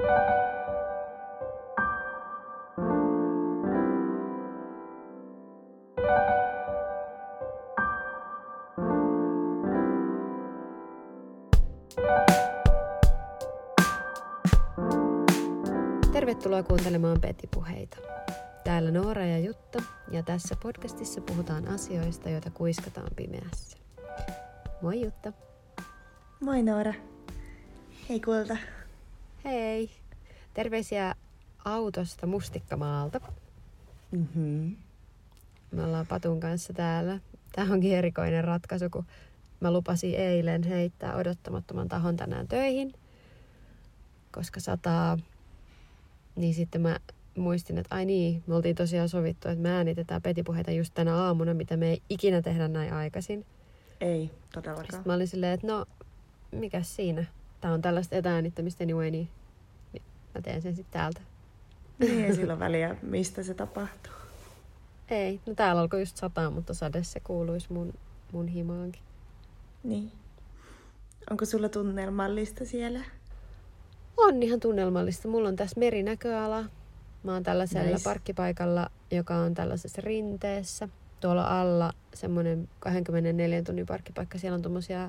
Tervetuloa kuuntelemaan Petipuheita. Täällä Noora ja Jutta, ja tässä podcastissa puhutaan asioista, joita kuiskataan pimeässä. Moi Jutta. Moi Noora. Hei kulta. Hei. Terveisiä autosta Mustikkamaalta. Mm-hmm. Me ollaan Patun kanssa täällä. Tämä onkin erikoinen ratkaisu, kun mä lupasin eilen heittää odottamattoman tahon tänään töihin, koska sataa. Niin sitten mä muistin, että ai niin, me oltiin tosiaan sovittu, että me äänitetään Petipuheita just tänä aamuna, mitä me ei ikinä tehdä näin aikaisin. Ei, todellakaan. Sitten mä olin silleen, että no, mikäs siinä? Tää on tällaista etääänittämistä anyway, niin mä teen sen sitten täältä. Niin ei sillä väliä, mistä se tapahtuu. Ei, no täällä alkoi just sataa, mutta sade se kuuluisi mun himaankin. Niin. Onko sulla tunnelmallista siellä? On ihan tunnelmallista. Mulla on tässä merinäköala. Mä oon tällaisella parkkipaikalla, joka on tällaisessa rinteessä. Tuolla alla semmoinen 24 tunnin parkkipaikka. Siellä on tommosia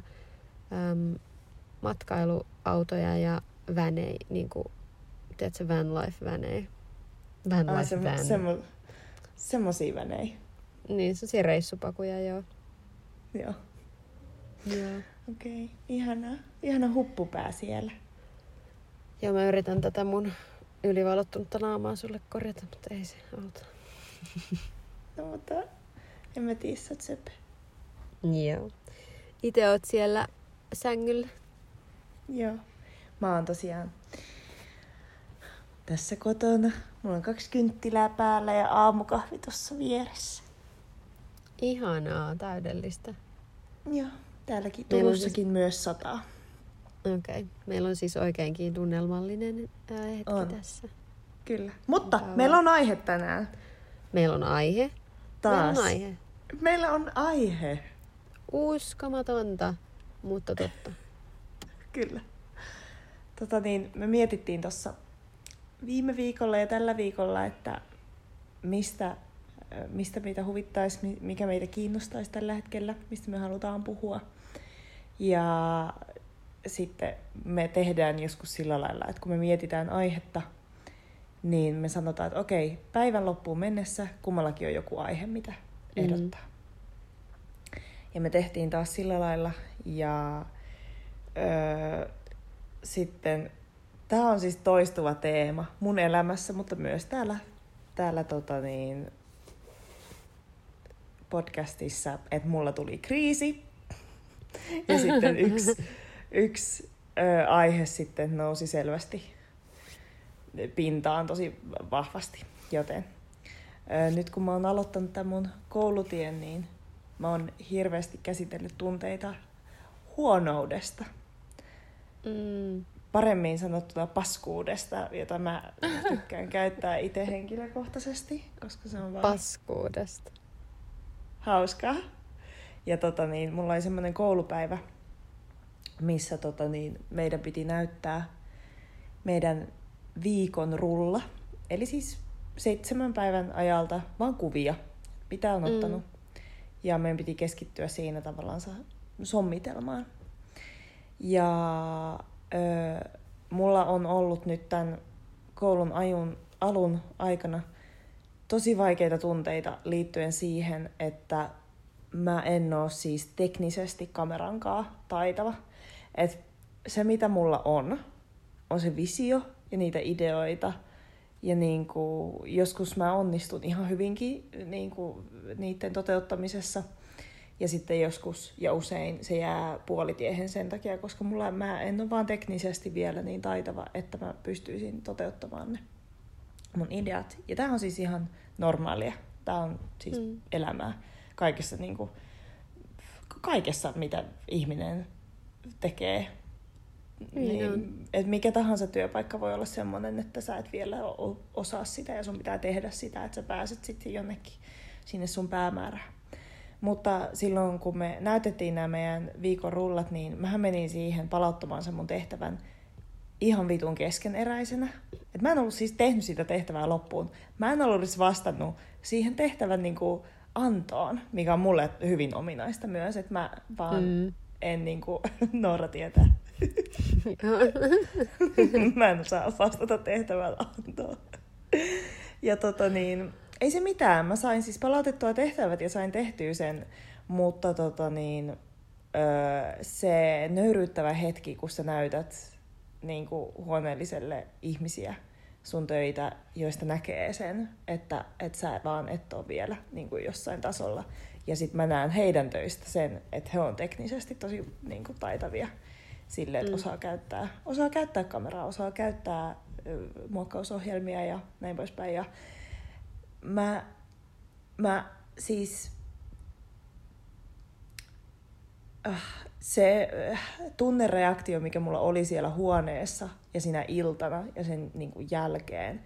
matkailuautoja ja vänejä, niinku, tiedätkö, van life-vänejä. Van life van. Semmosia vänejä. Niin, semmosia reissupakuja, joo. Joo. Joo. Okei, ihana huppupää siellä. Joo, mä yritän tätä mun ylivalottunutta naamaa sulle korjata, mutta ei se auta. No, mutta en mä tiedä, sä oot söpö. Joo. Itse oot siellä sängyllä. Joo. Mä oon tosiaan tässä kotona. Mulla on 2 kynttilää päällä ja aamukahvi tossa vieressä. Ihanaa, täydellistä. Joo, täälläkin Turussakin myös sataa. Okei. Meillä on siis oikeinkin tunnelmallinen hetki tässä. Kyllä. Mutta meillä on aihe tänään. Meillä on aihe. Taas. Meillä on aihe. Meillä on aihe. Uskomatonta, mutta totta. Kyllä. Me mietittiin tuossa viime viikolla ja tällä viikolla, että mistä meitä huvittaisi, mikä meitä kiinnostaisi tällä hetkellä, mistä me halutaan puhua. Ja sitten me tehdään joskus sillä lailla, että kun me mietitään aihetta, niin me sanotaan, että okei, päivän loppuun mennessä kummallakin on joku aihe, mitä ehdottaa. Ja me tehtiin taas sillä lailla. Ja sitten tämä on siis toistuva teema mun elämässä, mutta myös täällä podcastissa, että mulla tuli kriisi. Ja sitten yksi aihe sitten nousi selvästi pintaan tosi vahvasti. Joten nyt kun mä oon aloittanut tämän mun koulutien, niin mä oon hirveästi käsitellyt tunteita huonoudesta. Paremmin sanottuna paskuudesta, jota mä tykkään käyttää itse henkilökohtaisesti, koska se on vaan paskuudesta. Hauskaa. Ja mulla oli semmoinen koulupäivä, missä meidän piti näyttää meidän viikon rulla. Eli siis 7 päivän ajalta vaan kuvia, mitä on ottanut. Ja meidän piti keskittyä siinä tavallaan sommitelmaan. Ja mulla on ollut nyt tämän koulun alun aikana tosi vaikeita tunteita liittyen siihen, että mä en oo siis teknisesti kamerankaan taitava. Et se mitä mulla on se visio ja niitä ideoita. Ja joskus mä onnistun ihan hyvinkin niiden toteuttamisessa. Ja sitten joskus ja usein se jää puolitiehen sen takia, koska mä en ole vaan teknisesti vielä niin taitava, että mä pystyisin toteuttamaan ne mun ideat. Ja tää on siis ihan normaalia. Tää on siis elämää kaikessa, mitä ihminen tekee. Et mikä tahansa työpaikka voi olla semmoinen, että sä et vielä osaa sitä ja sun pitää tehdä sitä, että sä pääset sitten jonnekin sinne sun päämäärään. Mutta silloin kun me näytettiin nämä meidän viikon rullat, niin mähän menin siihen palauttamaan sen mun tehtävän ihan vitun keskeneräisenä. Et mä en ollut siis tehnyt sitä tehtävää loppuun. Mä en ollut edes vastannut siihen tehtävän niinku antoon, mikä on mulle hyvin ominaista myös, että mä vaan en niinku, Noora tietää. Mä en osaa vastata tehtävällä antoon. Ja ei se mitään. Mä sain siis palautettua tehtävät ja sain tehtyä sen, mutta se nöyryyttävä hetki, kun sä näytät niinku huoneelliselle ihmisiä sun töitä, joista näkee sen, että sä vaan et ole vielä niinku jossain tasolla. Ja sit mä näen heidän töistä sen, että he on teknisesti tosi niinku taitavia silleen, että osaa käyttää kameraa, osaa käyttää muokkausohjelmia ja näin poispäin. Ja mä siis se tunnereaktio, mikä mulla oli siellä huoneessa ja siinä iltana ja sen niin kuin jälkeen,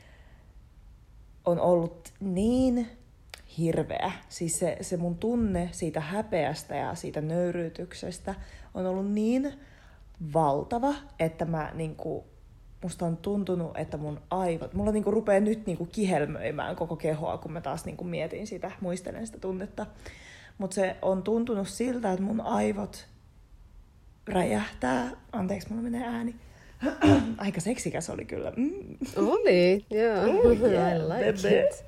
on ollut niin hirveä. Siis se mun tunne siitä häpeästä ja siitä nöyryytyksestä on ollut niin valtava, että musta on tuntunut, että mun aivot, mulla niinku rupeaa nyt niinku kihelmöimään koko kehoa, kun mä taas niinku mietin sitä, muistelen sitä tunnetta. Mutta se on tuntunut siltä, että mun aivot räjähtää. Anteeksi, mulla menee ääni. Aika seksikäs oli kyllä. Oli, joo. Yeah, I like it.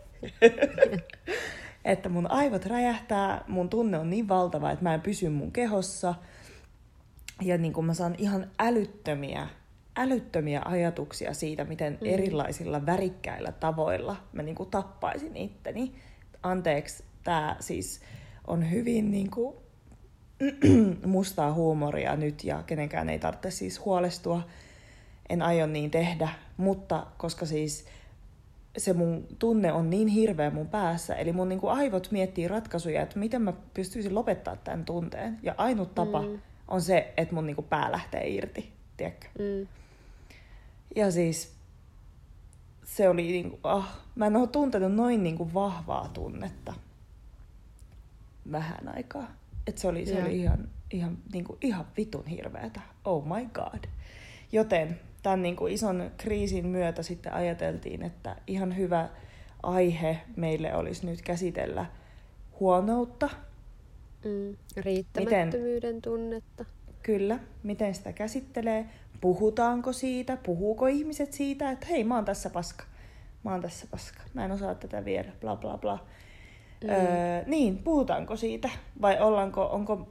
Että mun aivot räjähtää, mun tunne on niin valtava, että mä en pysy mun kehossa. Ja niin kun mä saan ihan älyttömiä ajatuksia siitä, miten erilaisilla värikkäillä tavoilla mä niin kuin tappaisin itteni. Anteeksi, tää siis on hyvin niin kuin mustaa huumoria nyt ja kenenkään ei tarvitse siis huolestua. En aio niin tehdä, mutta koska siis se mun tunne on niin hirveä mun päässä, eli mun niin kuin aivot miettii ratkaisuja, että miten mä pystyisin lopettaa tämän tunteen. Ja ainut tapa on se, että mun niin kuin pää lähtee irti, tiedätkö? Ja siis se oli niinku, mä en ole tuntenut noin niinku vahvaa tunnetta vähän aikaa. Et se oli ihan vitun hirveetä. Oh my god. Joten tämän niinku ison kriisin myötä sitten ajateltiin, että ihan hyvä aihe meille olisi nyt käsitellä huonoutta. Riittämättömyyden tunnetta. Kyllä, miten sitä käsittelee. Puhutaanko siitä? Puhuuko ihmiset siitä, että hei, mä oon tässä paska. Mä en osaa tätä vielä, bla bla bla. Niin, puhutaanko siitä? Vai onko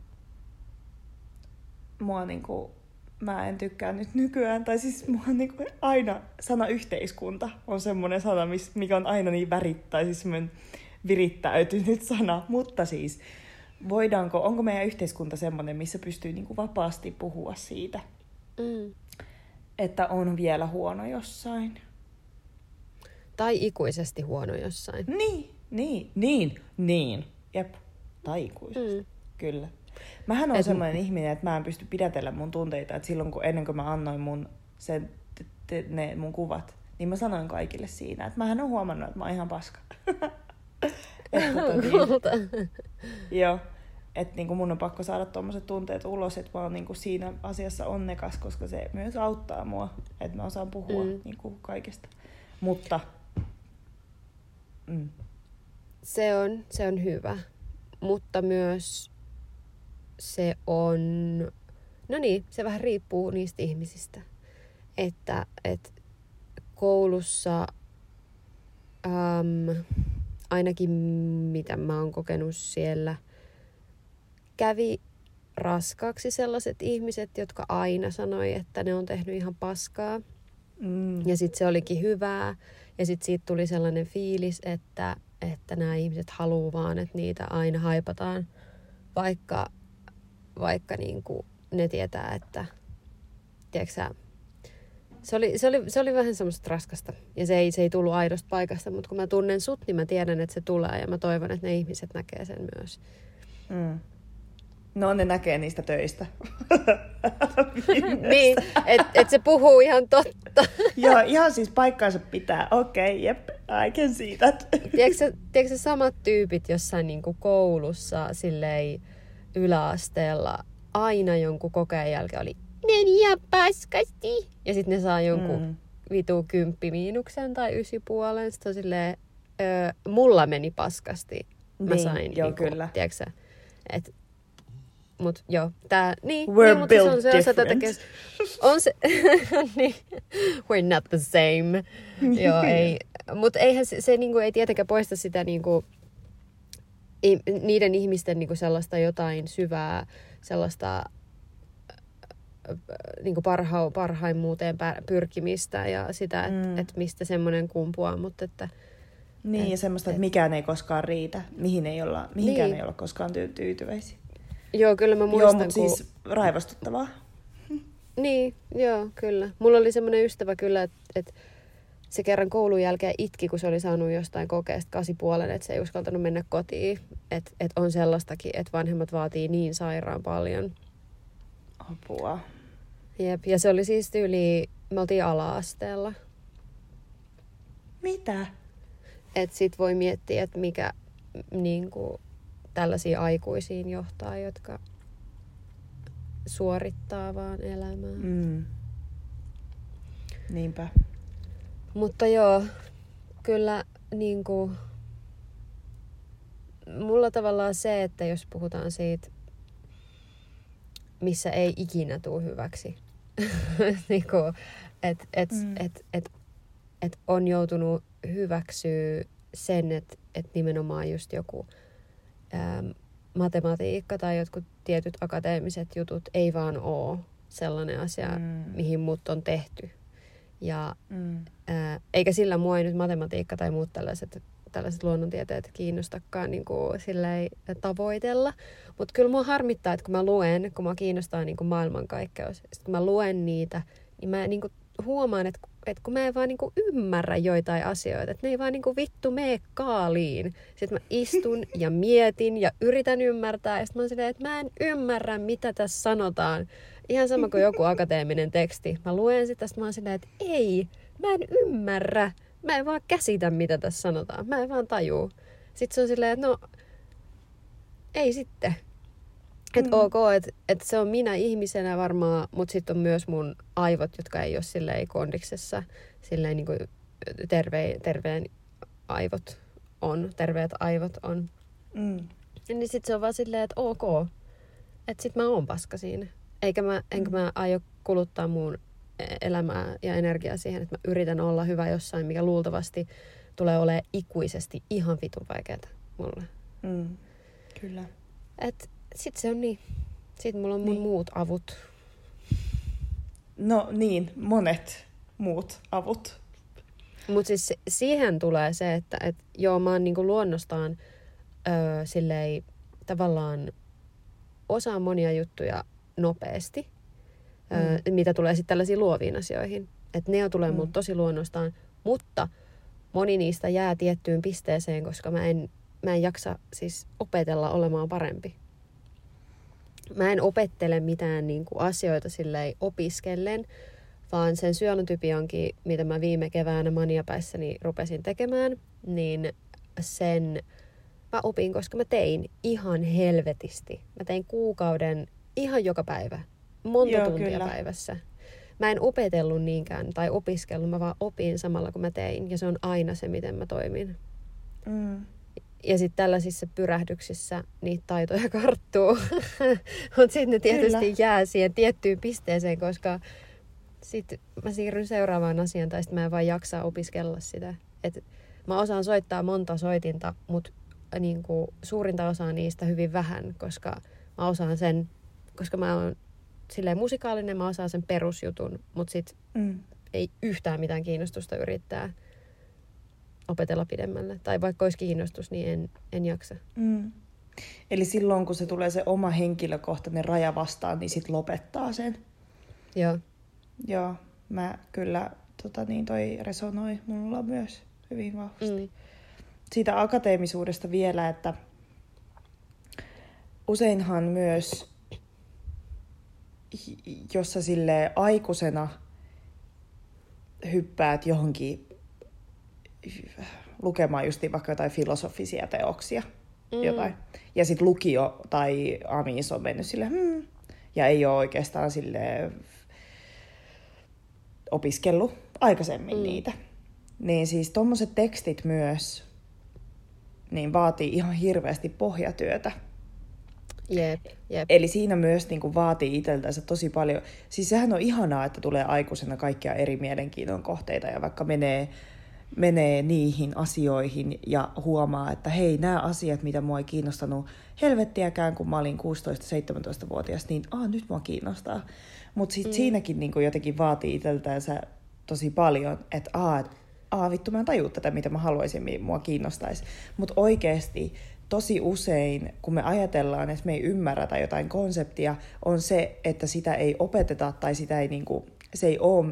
mua niinku, mä en tykkää nyt nykyään, tai siis mua niinku aina sana yhteiskunta on semmoinen sana, mikä on aina niin siis semmoinen virittäytynyt sana, mutta siis onko meidän yhteiskunta semmoinen, missä pystyy niinku vapaasti puhua siitä, että on vielä huono jossain. Tai ikuisesti huono jossain. Niin. Jep, tai ikuisesti. Kyllä. Mähän on semmoinen ihminen, että mä en pysty pidätellä mun tunteita, että silloin ennen kuin mä annoin mun kuvat, niin mä sanoin kaikille siinä, että mähän on huomannut, että mä oon ihan paska. Joo. Että niinku mun on pakko saada tommoset tunteet ulos, että mä oon niinku siinä asiassa onnekas, koska se myös auttaa mua, että mä osaan puhua niinku kaikesta. Mutta se on hyvä, mutta myös se on, se vähän riippuu niistä ihmisistä, että koulussa ainakin mitä mä oon kokenut siellä, kävi raskaaksi sellaiset ihmiset, jotka aina sanoi, että ne on tehnyt ihan paskaa. Ja sitten se olikin hyvää. Ja sitten siitä tuli sellainen fiilis, että nämä ihmiset haluaa vaan, että niitä aina haipataan. Vaikka niinku ne tietää, että tiedätkö sä, se oli vähän semmoista raskasta. Ja se ei tullut aidosta paikasta, mutta kun mä tunnen sut, niin mä tiedän, että se tulee. Ja mä toivon, että ne ihmiset näkee sen myös. No ne näkee niistä töistä. Niin, että se puhuu ihan totta. Joo, ihan siis paikkaansa pitää. Okei, jep, I can see that. Tiedätkö samat tyypit jossain niinku koulussa, silleen yläasteella, aina jonkun kokeen jälkeen oli meni ihan paskasti. Ja sitten ne saa jonkun vitu 10 miinuksen tai 9,5. Sitten on silleen, mulla meni paskasti. Mä Niin, sain, joo, niinku, kyllä. tiedätkö mut joo, tää, niin, We're mutta built se on se osa different. tätä on se, niin, we're not the same. Joo, ei, mut eihän se niinku, ei tietenkään poista sitä niinku, niiden ihmisten niinku sellaista jotain syvää, sellaista niinku parhaimmuuteen pyrkimistä ja sitä, että et mistä semmoinen kumpuaa, mutta että Niin, ja semmoista, että mikään ei koskaan riitä, mihinkään Niin. ei olla koskaan tyytyväisiä. joo, kyllä mä Joo, muistan, mutta siis raivostuttavaa. Niin, joo, kyllä. Mulla oli semmoinen ystävä kyllä, että se kerran koulun jälkeen itki, kun se oli saanut jostain kokeesta 8,5, että se ei uskaltanut mennä kotiin. Että on sellaistakin, että vanhemmat vaatii niin sairaan paljon. Apua. Jep, ja se oli siis me oltiin ala-asteella. Mitä? Että sit voi miettiä, että mikä niinku, tällaisiin aikuisiin johtaa, jotka suorittaa vaan elämää. Niinpä. Mutta joo, kyllä niinku, mulla tavallaan se, että jos puhutaan siitä, missä ei ikinä tule hyväksi, niinku, että et on joutunut hyväksyä sen, että nimenomaan just joku matematiikka tai jotkut tietyt akateemiset jutut ei vaan ole sellainen asia, mihin mut on tehty. Ja eikä sillä mua ei nyt matematiikka tai muut tällaiset luonnontieteet kiinnostakaan niin kuin silleen tavoitella. Mutta kyllä mua harmittaa, että kun mua kiinnostaa niin kuin maailmankaikkeus, sitten kun mä luen niitä, niin mä niin kuin huomaan, että kun mä en vaan niin kuin ymmärrä joitain asioita, että ne ei vaan niin kuin vittu mene kaaliin. Sitten mä istun ja mietin ja yritän ymmärtää, ja sitten mä oon silleen, että mä en ymmärrä, mitä tässä sanotaan. Ihan sama kuin joku akateeminen teksti. Mä luen sitä, sitten mä oon silleen, että ei, mä en ymmärrä. Mä en vaan käsitä, mitä tässä sanotaan. Mä en vaan tajuu. Sitten se on silleen, että no, ei sitten. Että ok, että se on minä ihmisenä varmaan, mutta sitten on myös mun aivot, jotka ei ole silleen kondiksessa. Silleen niin kuin terveet aivot on. Niin sitten se on vaan silleen, että ok. Että sit mä oon paska siinä. Enkä mä aio kuluttaa mun elämää ja energiaa siihen, että mä yritän olla hyvä jossain, mikä luultavasti tulee olemaan ikuisesti ihan vitun vaikeeta mulle. Kyllä. Et sit se on niin. Sitten mulla on mun muut avut. No niin, monet muut avut. Mut siis siihen tulee se, että joo, mä oon niinku luonnostaan silleen tavallaan osaan monia juttuja nopeasti, mitä tulee sitten tällaisiin luoviin asioihin. Että ne tulee mulle tosi luonnostaan, mutta moni niistä jää tiettyyn pisteeseen, koska mä en jaksa siis opetella olemaan parempi. Mä en opettele mitään niinku asioita silleen opiskellen, vaan sen syönotypionkin, mitä mä viime keväänä maniapäissäni rupesin tekemään, niin sen mä opin, koska mä tein ihan helvetisti. Mä tein kuukauden ihan joka päivä. Monta tuntia päivässä. Mä en opetellut niinkään tai opiskellut, mä vaan opin samalla kun mä tein. Ja se on aina se, miten mä toimin. Ja sitten tällaisissa pyrähdyksissä niitä taitoja karttuu. Mutta sitten ne tietysti jää siihen tiettyyn pisteeseen, koska sitten mä siirryn seuraavaan asiaan tai sitten mä en vaan jaksa opiskella sitä. Et mä osaan soittaa monta soitinta, mutta niinku suurinta osaa niistä hyvin vähän, koska mä osaan sen, koska mä oon silleen musikaalinen, mä osaan sen perusjutun, mutta sit ei yhtään mitään kiinnostusta yrittää opetella pidemmälle. Tai vaikka olisi kiinnostus, niin en jaksa. Eli silloin, kun se tulee se oma henkilökohtainen raja vastaan, niin sit lopettaa sen. Joo. Joo, mä kyllä, toi resonoi mulla myös hyvin vahvasti. Siitä akateemisuudesta vielä, että useinhan myös, jos sä silleen aikuisena hyppäät johonkin lukemaan just vaikka jotain filosofisia teoksia, jotain, ja sit lukio tai amis on mennyt silleen, ja ei ole oikeastaan silleen opiskellut aikaisemmin niitä. Niin siis tommoset tekstit myös niin vaatii ihan hirveästi pohjatyötä. Jep. Eli siinä myös niin kuin vaatii itseltänsä tosi paljon. Siis sehän on ihanaa, että tulee aikuisena kaikkia eri mielenkiinnon kohteita ja vaikka menee niihin asioihin ja huomaa, että hei, nämä asiat, mitä mua ei kiinnostanut helvettiäkään, kun mä olin 16-17-vuotias, niin nyt mua kiinnostaa. Mutta sitten siinäkin niin kuin jotenkin vaatii itseltänsä tosi paljon, että vittu mä en tajua tätä, mitä mä haluaisin, mua kiinnostaisi. Mutta oikeasti tosi usein, kun me ajatellaan, että me ei ymmärrätä jotain konseptia, on se, että sitä ei opeteta tai sitä ei, niin kuin, se ei ole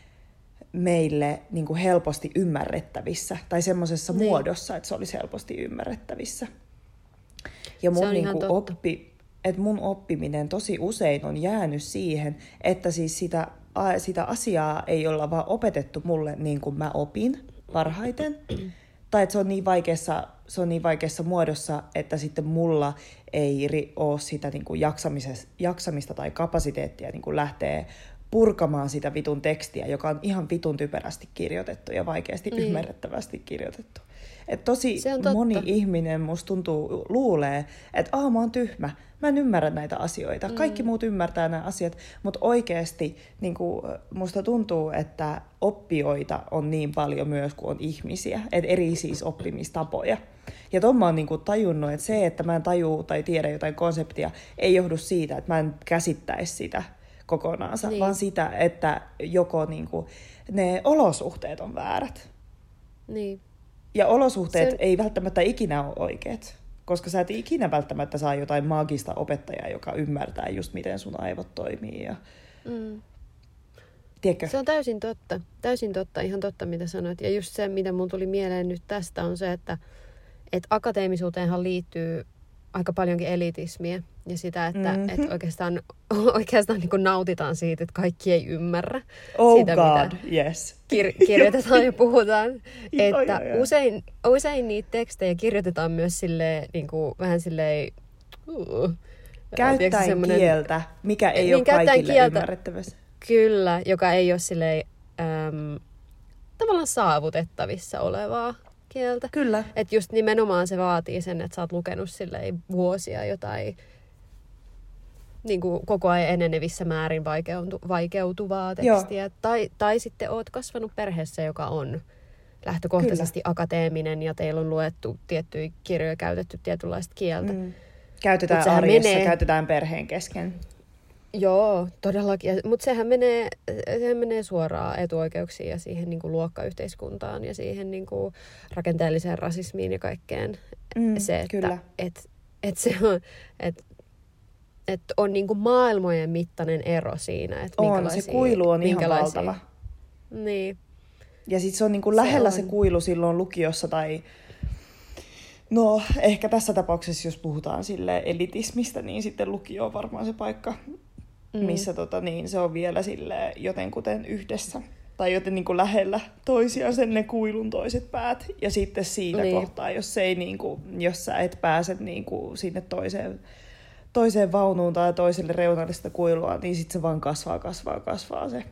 meille niin kuin helposti ymmärrettävissä tai semmoisessa muodossa, että se olisi helposti ymmärrettävissä. Ja mun, niin kuin mun oppiminen tosi usein on jäänyt siihen, että siis sitä asiaa ei olla vaan opetettu mulle niin kuin mä opin parhaiten. Tai että se on niin vaikeassa muodossa, että sitten mulla ei ole sitä niin kuin jaksamista tai kapasiteettia niin kuin lähteä purkamaan sitä vitun tekstiä, joka on ihan vitun typerästi kirjoitettu ja vaikeasti ymmärrettävästi kirjoitettu. Et tosi moni ihminen musta luulee, että mä oon tyhmä, mä en ymmärrä näitä asioita. Kaikki muut ymmärtää nämä asiat, mutta oikeasti niin musta tuntuu, että oppijoita on niin paljon myös kuin on ihmisiä, että eri siis oppimistapoja. Ja ton mä oon niin tajunnut, että se, että mä en tajua tai tiedä jotain konseptia, ei johdu siitä, että mä en käsittäisi sitä kokonaansa, vaan sitä, että joko niin kuin, ne olosuhteet on väärät. Niin. Ja olosuhteet ei välttämättä ikinä ole oikeat, koska sä et ikinä välttämättä saa jotain maagista opettajaa, joka ymmärtää just miten sun aivot toimii. Ja... Tiedätkö? Se on täysin totta, ihan totta mitä sanoit. Ja just se, mitä mun tuli mieleen nyt tästä, on se, että akateemisuuteenhan liittyy aika paljonkin elitismiä ja sitä, että oikeastaan niin kuin nautitaan siitä, että kaikki ei ymmärrä sitä, God, yes. Kirjoitetaan ja puhutaan. Että usein niitä tekstejä kirjoitetaan myös silleen, niin kuin, vähän silleen... Käyttäen kieltä, mikä ei ole kaikille ymmärrettävässä. Kyllä, joka ei ole silleen, tavallaan saavutettavissa olevaa kieltä. Kyllä. Että just nimenomaan se vaatii sen, että sä oot lukenut silleen vuosia jotain niin kuin koko ajan enenevissä määrin vaikeutuvaa tekstiä. Tai sitten oot kasvanut perheessä, joka on lähtökohtaisesti akateeminen ja teillä on luettu tiettyjä kirjoja, käytetty tietynlaista kieltä. Käytetään arjessa, käytetään perheen kesken. Joo, todellakin. Mutta sehän menee suoraan etuoikeuksiin ja siihen niin kuin luokkayhteiskuntaan ja siihen niin kuin rakenteelliseen rasismiin ja kaikkeen. Se, että se on, että on niin kuin maailmojen mittainen ero siinä. Että se kuilu on ihan valtava. Niin. Ja sitten se on niin kuin lähellä se kuilu silloin lukiossa tai... No, ehkä tässä tapauksessa, jos puhutaan sille elitismistä, niin sitten lukio on varmaan se paikka, missä se on vielä sille jotenkuten yhdessä. Tai joten niin kuin lähellä toisiaan sen ne kuilun toiset päät. Ja sitten siitä kohtaa, jos sä et pääse niin kuin sinne toiseen vaunuun tai toiselle reunalle sitä kuilua, niin sitten se vaan kasvaa se.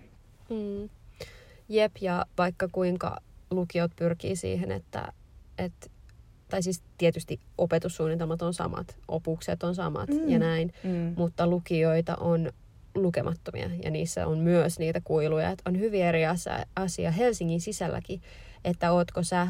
Jep, ja vaikka kuinka lukiot pyrkii siihen, että tai siis tietysti opetussuunnitelmat on samat, opukset on samat ja näin, mutta lukioita on lukemattomia ja niissä on myös niitä kuiluja. Että on hyvin eri asia Helsingin sisälläkin, että ootko sä,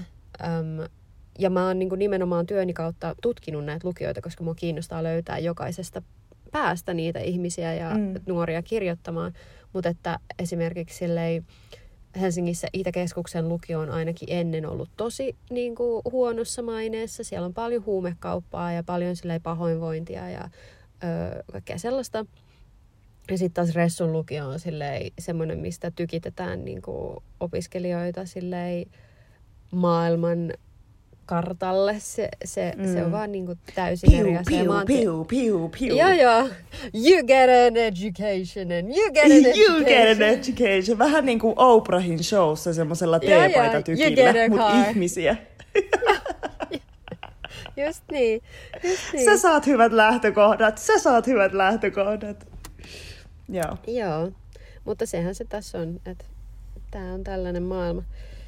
ja mä oon nimenomaan työni kautta tutkinut näitä lukioita, koska mua kiinnostaa löytää jokaisesta päästä niitä ihmisiä ja nuoria kirjoittamaan, mutta että esimerkiksi silleen, Helsingissä Itäkeskuksen lukio on ainakin ennen ollut tosi niin kuin, huonossa maineessa. Siellä on paljon huumekauppaa ja paljon silleen, pahoinvointia ja kaikkea sellaista. Ja sitten taas Ressun lukio on silleen, semmoinen, mistä tykitetään niin kuin, opiskelijoita silleen, maailman kartalle. Se on vaan niin kuin, täysin eri asia. Joo. You get an education and you get an education. You get an education. Vähän niin kuin Oprahin showssa semmoisella teepaita-tykillä, mutta ihmisiä. Just niin. Sä saat hyvät lähtökohdat. Joo. Joo, mutta sehän se tässä on, että tää on tällainen maailma.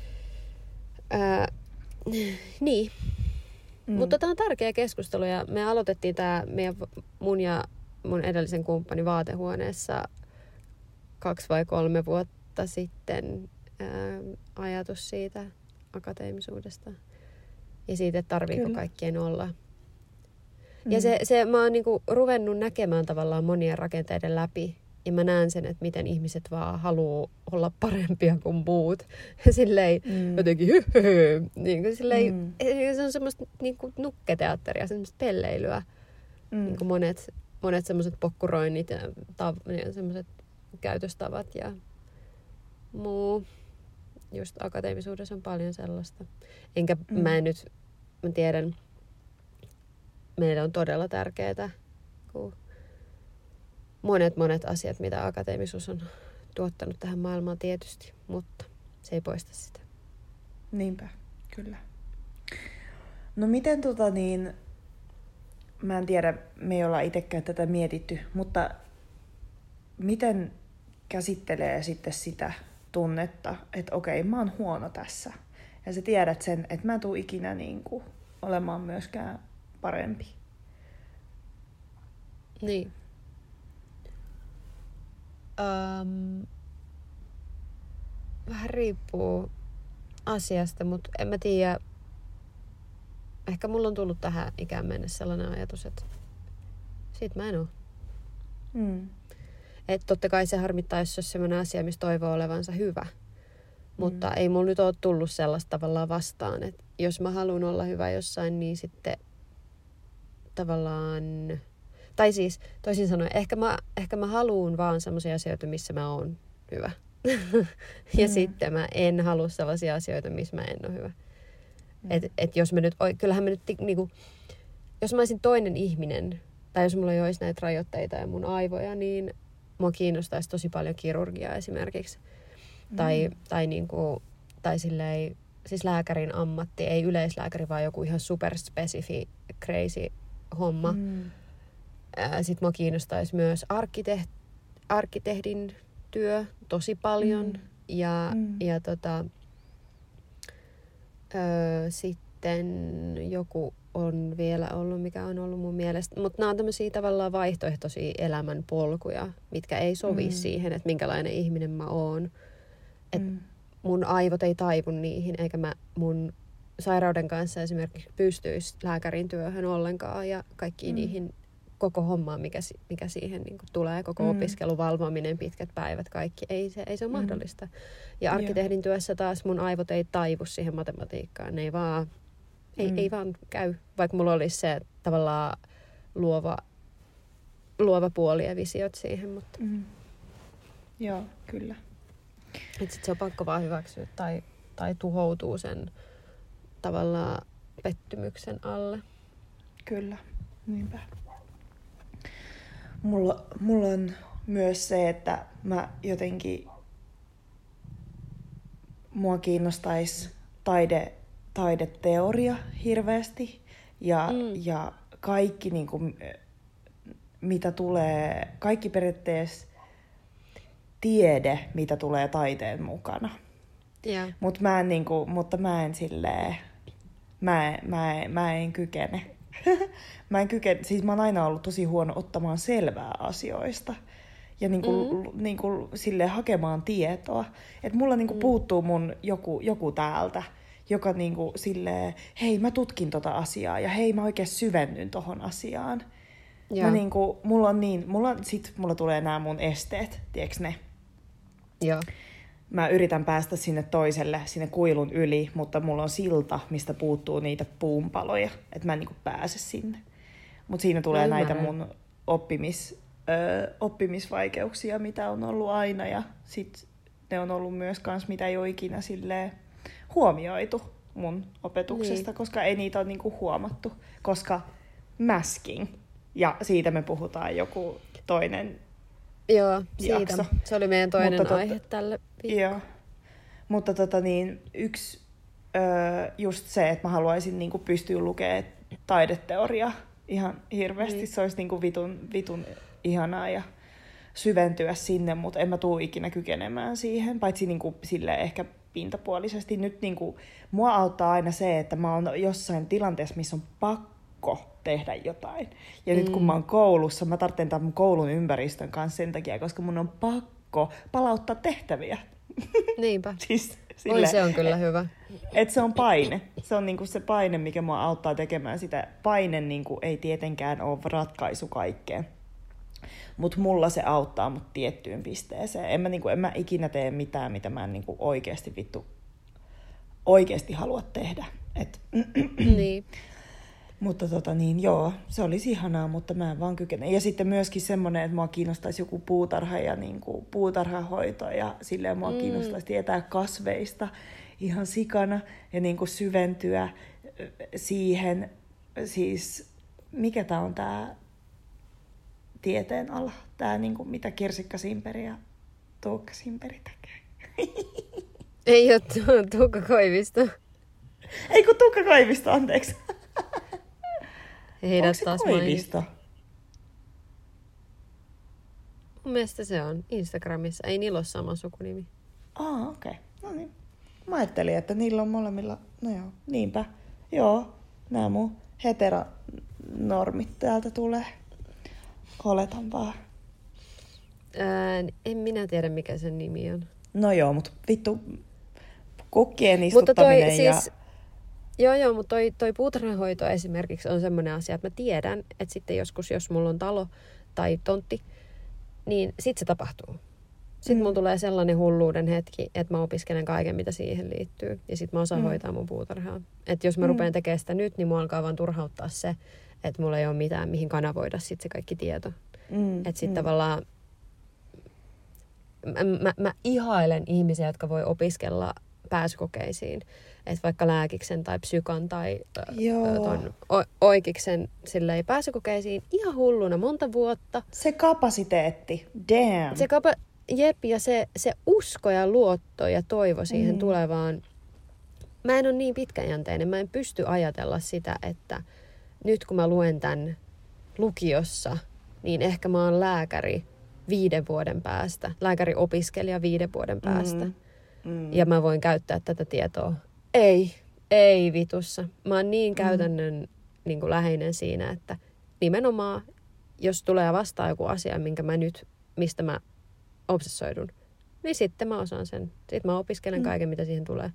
Niin. Mutta tää on tärkeä keskustelu ja me aloitettiin tää mun ja mun edellisen kumppanin vaatehuoneessa 2 vai 3 vuotta sitten ajatus siitä akateemisuudesta ja siitä, että tarviiko kaikkien olla. Ja mä oon niinku ruvennut näkemään tavallaan monien rakenteiden läpi ja mä näen sen, että miten ihmiset vaan haluaa olla parempia kuin muut. Silleen jotenkin niin silleen, se on semmoista niinku nukketeatteria, semmoista pelleilyä. Niinku monet semmoiset pokkuroinnit ja semmoiset käytöstavat ja muu. Just akateemisuudessa on paljon sellaista. Mä tiedän, meille on todella tärkeää, kun monet asiat, mitä akateemisuus on tuottanut tähän maailmaan tietysti, mutta se ei poista sitä. Niinpä, kyllä. No miten mä en tiedä, me ei olla itsekään tätä mietitty, mutta miten käsittelee sitten sitä tunnetta, että okei, mä oon huono tässä. Ja sä tiedät sen, että mä en tule ikinä niinku olemaan myöskään parempi. Niin. Vähän riippuu asiasta, mutta en mä tiedä. Ehkä mulla on tullut tähän ikään mennessä sellainen ajatus, että siitä mä en oo. Että totta kai se harmittaa, jos se olisi sellainen asia, missä toivoo olevansa hyvä. Mutta ei mulla nyt ole tullut sellaista tavallaan vastaan, että jos mä haluan olla hyvä jossain, niin sitten tavallaan... Tai siis, toisin sanoen, ehkä mä haluan vaan sellaisia asioita, missä mä oon hyvä. Ja sitten mä en halua sellaisia asioita, missä mä en ole hyvä. Et jos mä nyt, kyllähän mä nyt niinku, jos mä olisin toinen ihminen, tai jos mulla ei olisi näitä rajoitteita ja mun aivoja, niin mua kiinnostaisi tosi paljon kirurgiaa esimerkiksi. Tai silleen, siis lääkärin ammatti, ei yleislääkäri, vaan joku ihan superspesifi, crazy homma. Sitten mua kiinnostaisi myös arkkitehdin työ tosi paljon. Ja sitten joku on vielä ollut, mikä on ollut mun mielestä. Mutta nämä on tämmöisiä tavallaan vaihtoehtoisia elämänpolkuja, mitkä ei sovi siihen, että minkälainen ihminen mä oon. Et mun aivot ei taivu niihin, eikä mä mun sairauden kanssa esimerkiksi pystyisi lääkärin työhön ollenkaan ja kaikkiin niihin koko hommaan, mikä siihen niin kuin tulee, koko opiskelu, valvominen, pitkät päivät, kaikki. Ei se ole mahdollista. Ja arkkitehdin työssä taas mun aivot ei taivu siihen matematiikkaan. Ne ei vaan käy, vaikka mulla olisi se tavallaan luova puoli ja visiot siihen. Mutta. Joo, kyllä. Sitten se on pakko vaan hyväksyä tai tuhoutuu sen tavallaan pettymyksen alle. Kyllä, niinpä. Mulla on myös se, että mä jotenkin mua kiinnostaisi taideteoria hirveästi ja kaikki niinku, mitä tulee, kaikki periaatteessa tiede, mitä tulee taiteen mukana. Yeah. Mutta mä en silleen, mä en kykene. Siis mä oon aina ollut tosi huono ottamaan selvää asioista ja silleen hakemaan tietoa. Et mulla puuttuu mun joku täältä, joka silleen, hei mä tutkin tota asiaa ja hei mä oikein syvennyn tohon asiaan. Yeah. Mulla tulee nämä mun esteet, tiedätkö ne? Joo. Mä yritän päästä sinne kuilun yli, mutta mulla on silta, mistä puuttuu niitä puunpaloja, että mä en pääse sinne. Mutta siinä tulee näitä mun oppimisvaikeuksia, mitä on ollut aina, ja sit ne on ollut myös kans, mitä ei ole ikinä silleen huomioitu mun opetuksesta, koska ei niitä ole huomattu, koska masking, ja siitä me puhutaan joku toinen Joo, siitä. jakso. Se oli meidän toinen aihe tälle viikolle. Joo. Mutta yksi just se, että mä haluaisin pystyä lukemaan taideteoriaa ihan hirveästi. Niin. Se olisi vitun ihanaa ja syventyä sinne, mutta en mä tuu ikinä kykenemään siihen, paitsi niinku silleen ehkä pintapuolisesti. Nyt niinku, mua auttaa aina se, että mä oon jossain tilanteessa, missä on pakko tehdä jotain. Ja nyt kun mä oon koulussa, mä tarvitsen tämän mun koulun ympäristön kanssa sen takia, koska mun on pakko palauttaa tehtäviä. Niinpä. Siis, Oi, se on kyllä hyvä. Et se on paine. Se on niinku se paine, mikä mua auttaa tekemään sitä. Paine niinku ei tietenkään ole ratkaisu kaikkeen. Mutta mulla se auttaa mut tiettyyn pisteeseen. En mä ikinä tee mitään, mitä mä en niinku oikeesti halua tehdä. Niin. Mutta joo, se olisi ihanaa, mutta mä en vaan kykene. Ja sitten myöskin semmoinen, että mua kiinnostaisi joku puutarha ja niinku puutarhahoito ja silleen mua kiinnostaisi tietää kasveista ihan sikana ja niinku syventyä siihen. Siis mikä tää on tää tieteen ala? Tää niinku mitä Kirsikka Simperi ja Tuukka Simperi tekee. Ei ole Tuukka Koivisto. Ei kun Tuukka Koivisto, anteeksi. Heidät onko se taas Koivisto? Mun mielestä se on Instagramissa. Ei niillä ole sama sukunimi. Okei. No niin. Mä ajattelin, että niillä on molemmilla... No joo, niinpä. Joo, nämä mun heteronormit täältä tulee. Oletan vaan. En minä tiedä, mikä sen nimi on. No joo, mutta vittu kukkien istuttaminen ja... Siis, joo, mutta toi puutarhanhoito esimerkiksi on semmoinen asia, että mä tiedän, että sitten joskus, jos mulla on talo tai tontti, niin sit se tapahtuu. Sitten mulla tulee sellainen hulluuden hetki, että mä opiskelen kaiken, mitä siihen liittyy. Ja sit mä osaan hoitaa mun puutarhaa. Että jos mä rupean tekemään sitä nyt, niin mua alkaa vaan turhauttaa se, että mulla ei ole mitään, mihin kanavoida sit se kaikki tieto. Että sit tavallaan mä ihailen ihmisiä, jotka voi opiskella pääsykokeisiin. Että vaikka lääkiksen tai psykan tai ton oikiksen silleen pääsykokeisiin ihan hulluna monta vuotta. Se kapasiteetti, damn. Ja se usko ja luotto ja toivo siihen tulevaan. Mä en ole niin pitkäjänteinen. Mä en pysty ajatella sitä, että nyt kun mä luen tän lukiossa, niin ehkä mä oon lääkäri 5 vuoden päästä. Lääkäriopiskelija 5 vuoden päästä. Ja mä voin käyttää tätä tietoa. Ei vitussa. Mä oon niin käytännön niin kuin läheinen siinä, että nimenomaan, jos tulee vastaan joku asia, mistä mä obsessoidun, niin sitten mä osaan sen. Sitten mä opiskelen kaiken, mitä siihen tulee.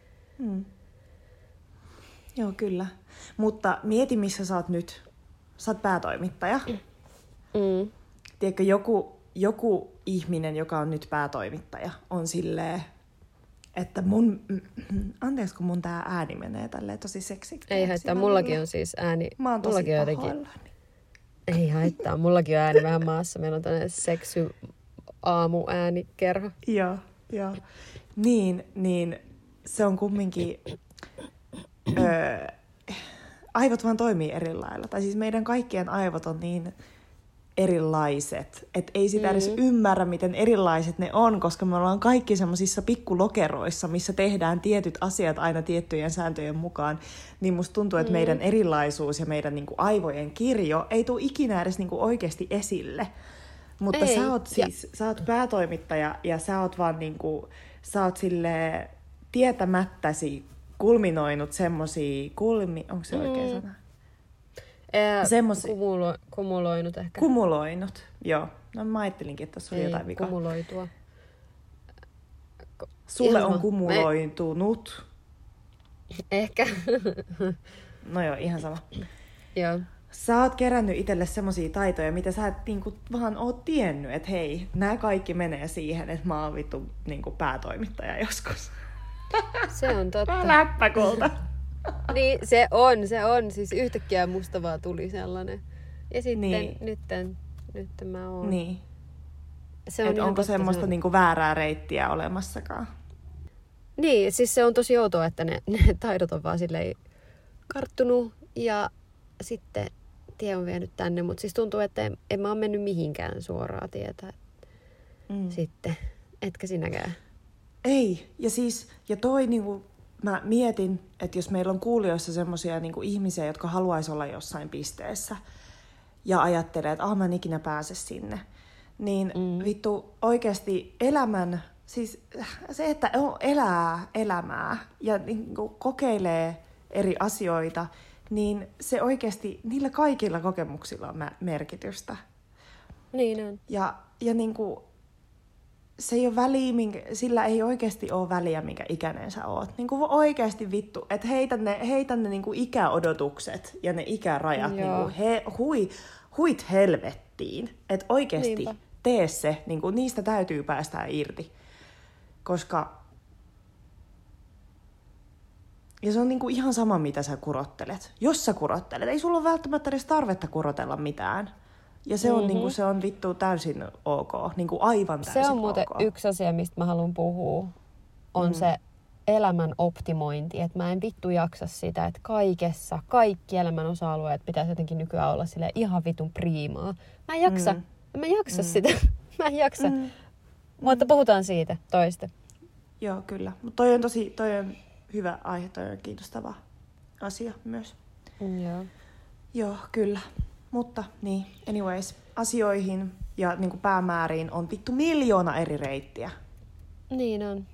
Joo, kyllä. Mutta mieti, missä sä oot nyt. Sä oot päätoimittaja. Tiedätkö, joku ihminen, joka on nyt päätoimittaja, on silleen, että anteeksi, kun mun tää ääni menee tälleen tosi seksiksi. Ei haittaa, mullakin on siis ääni. Mä oon tosi pahoillani. Ei haittaa, mullakin on ääni vähän maassa. Meillä on tämmöinen aamuäänikerho. Joo. Niin se on kumminkin... aivot vaan toimii eri lailla. Tai siis meidän kaikkien aivot on niin erilaiset, että ei sitä edes ymmärrä, miten erilaiset ne on, koska me ollaan kaikki semmoisissa pikkulokeroissa, missä tehdään tietyt asiat aina tiettyjen sääntöjen mukaan, niin musta tuntuu, että meidän erilaisuus ja meidän niinku aivojen kirjo ei tule ikinä edes niinku oikeasti esille. Mutta sä oot päätoimittaja ja sä oot vaan niinku, sä oot silleen tietämättäsi kulminoinut semmosia, onko se oikea sana? Kumuloinut ehkä. Kumuloinut, joo. No mä ajattelinkin, että tuossa oli jotain vikaa. Kumuloitua. Sulle on kumuloitunut. Ehkä. No joo, ihan sama. Joo. Sä oot kerännyt itselle semmosia taitoja, mitä sä et niinku vaan oot tiennyt, että hei, nämä kaikki menee siihen, että mä oon vittu niinku päätoimittaja joskus. Se on totta. Läppäkulta. Niin, se on. Siis yhtäkkiä musta vaan tuli sellainen. Ja sitten nyt mä oon. Niin. Onko semmoista niinku väärää reittiä olemassakaan? Niin, siis se on tosi outoa, että ne taidot on vaan silleen karttunut ja sitten tie on vienyt tänne. Mutta siis tuntuu, että en mä ole mennyt mihinkään suoraa tietä. Sitten, etkä sinäkään. Ei, ja toi niinku, mä mietin, että jos meillä on kuulijoissa semmosia niinku ihmisiä, jotka haluaisi olla jossain pisteessä ja ajattelee, että mä en ikinä pääse sinne, niin vittu oikeasti elämän, siis se, että elää elämää ja niinku kokeilee eri asioita, niin se oikeasti, niillä kaikilla kokemuksilla on merkitystä. Niin on. Ja niinku, se ei ole väliä, sillä ei oikeasti ole väliä, minkä ikäinen sä oot. Niinku oikeasti vittu, että heitä ne niinku ikäodotukset ja ne ikärajat niinku huit helvettiin. Että oikeasti tee se, niinku, niistä täytyy päästä irti. Koska ja se on niinku ihan sama, mitä sä kurottelet. Jos sä kurottelet, ei sulla ole välttämättä edes tarvetta kurotella mitään. Ja se on, niinku, se on vittu täysin ok. Niinku aivan täysin ok. Se on muuten yksi asia, mistä mä haluan puhua. On se elämän optimointi. Että mä en vittu jaksa sitä, että kaikki elämän osa-alueet pitäisi jotenkin nykyään olla silleen ihan vitun priimaa. Mä en jaksa sitä. Mä en jaksa. Mutta puhutaan siitä toista. Joo, kyllä. Mutta toi on hyvä aihe, toi on kiinnostava asia myös. Joo, kyllä. Mutta niin, anyways, asioihin ja niin kuin päämääriin on vittu 1,000,000 eri reittiä. Niin on.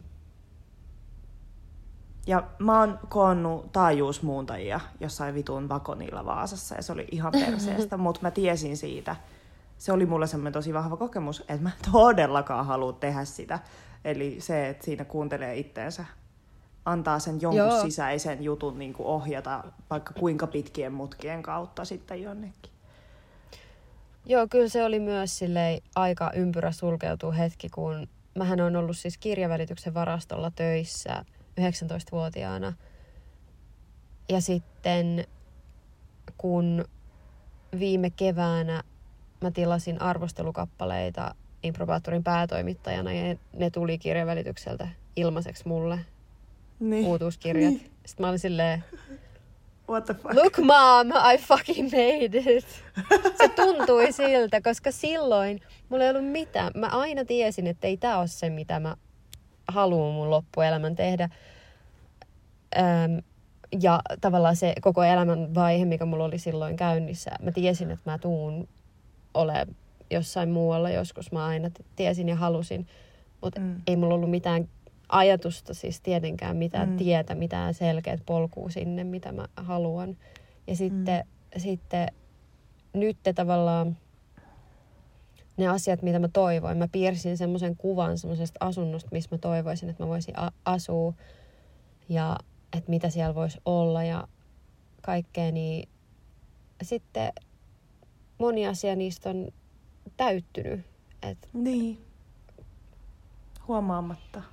Ja mä oon koonnut taajuusmuuntajia jossain vitun vakonilla Vaasassa ja se oli ihan perseestä, mutta mä tiesin siitä. Se oli mulle semmoinen tosi vahva kokemus, että mä todellakaan halua tehdä sitä. Eli se, että siinä kuuntelee itteensä, antaa sen jonkun sisäisen jutun niin kuin ohjata vaikka kuinka pitkien mutkien kautta sitten jonnekin. Joo, kyllä se oli myös silleen aika ympyrä sulkeutuu hetki, kun mähän on ollut siis kirjavälityksen varastolla töissä 19-vuotiaana. Ja sitten kun viime keväänä mä tilasin arvostelukappaleita Improbaattorin päätoimittajana ja ne tuli kirjavälitykseltä ilmaiseksi mulle. Uutuuskirjat. Niin. Sitten mä olin silleen, what the fuck? Look mom, I fucking made it. Se tuntui siltä, koska silloin mulla ei ollut mitään. Mä aina tiesin, että ei tää ole se, mitä mä haluan mun loppuelämän tehdä. Ja tavallaan se koko elämän vaihe, mikä mulla oli silloin käynnissä. Mä tiesin, että mä tuun ole jossain muualla joskus. Mä aina tiesin ja halusin. Mutta ei mulla ollut mitään ajatusta, siis tietenkään mitään tietä, mitään selkeät polkua sinne, mitä mä haluan. Ja sitten nyt tavallaan ne asiat, mitä mä toivoin. Mä piirsin semmoisen kuvan semmoisesta asunnosta, missä mä toivoisin, että mä voisin asua. Ja että mitä siellä voisi olla ja kaikkea. Niin sitten moni asia niistä on täyttynyt. Niin. Huomaamatta.